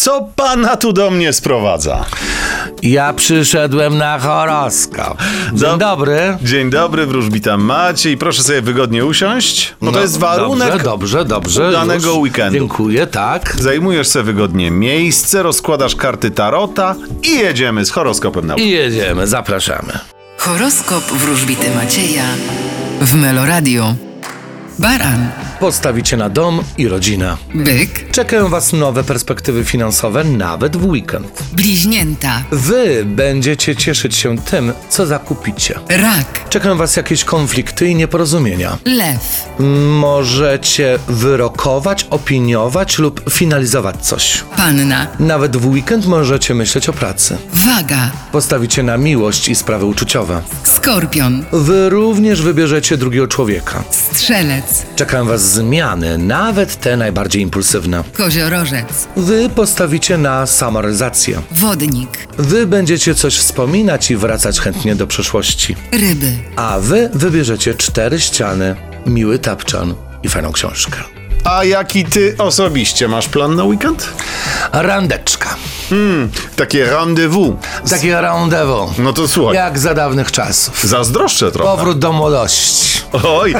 Co pana tu do mnie sprowadza? Ja przyszedłem na horoskop. Dzień dobry. Dzień dobry, wróżbita Maciej. Proszę sobie wygodnie usiąść, bo to jest warunek Dobrze. danego już. weekendu. Dziękuję, tak. Zajmujesz sobie wygodnie miejsce, rozkładasz karty tarota i jedziemy z horoskopem na I jedziemy, zapraszamy. Horoskop wróżbity Macieja w Meloradio. Baran, Postawicie na dom i rodzinę. byk, Czekają was nowe perspektywy finansowe nawet w weekend. bliźnięta, Wy będziecie cieszyć się tym, co zakupicie. rak, Czekają was jakieś konflikty i nieporozumienia. lew, Możecie wyrokować, opiniować lub finalizować coś. panna, Nawet w weekend możecie myśleć o pracy. waga, Postawicie na miłość i sprawy uczuciowe. skorpion, Wy również wybierzecie drugiego człowieka. strzelec, Czekają was zmiany, nawet te najbardziej impulsywne. koziorożec, Wy postawicie na samorealizację. wodnik, Wy będziecie coś wspominać i wracać chętnie do przeszłości. ryby. A wy wybierzecie 4 ściany, miły tapczan i fajną książkę. A jaki ty osobiście masz plan na weekend? Randeczka. Takie rendezvous. Takie rendezvous. No to słuchaj, Jak za dawnych czasów. zazdroszczę trochę. Powrót do młodości. Oj,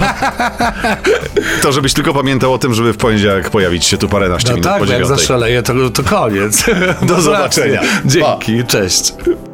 to żebyś tylko pamiętał o tym, żeby w poniedziałek pojawić się tu paręnaście No minut tak, po bo jak 9:00. zaszaleję, to koniec. Do zobaczenia. Dzięki, cześć.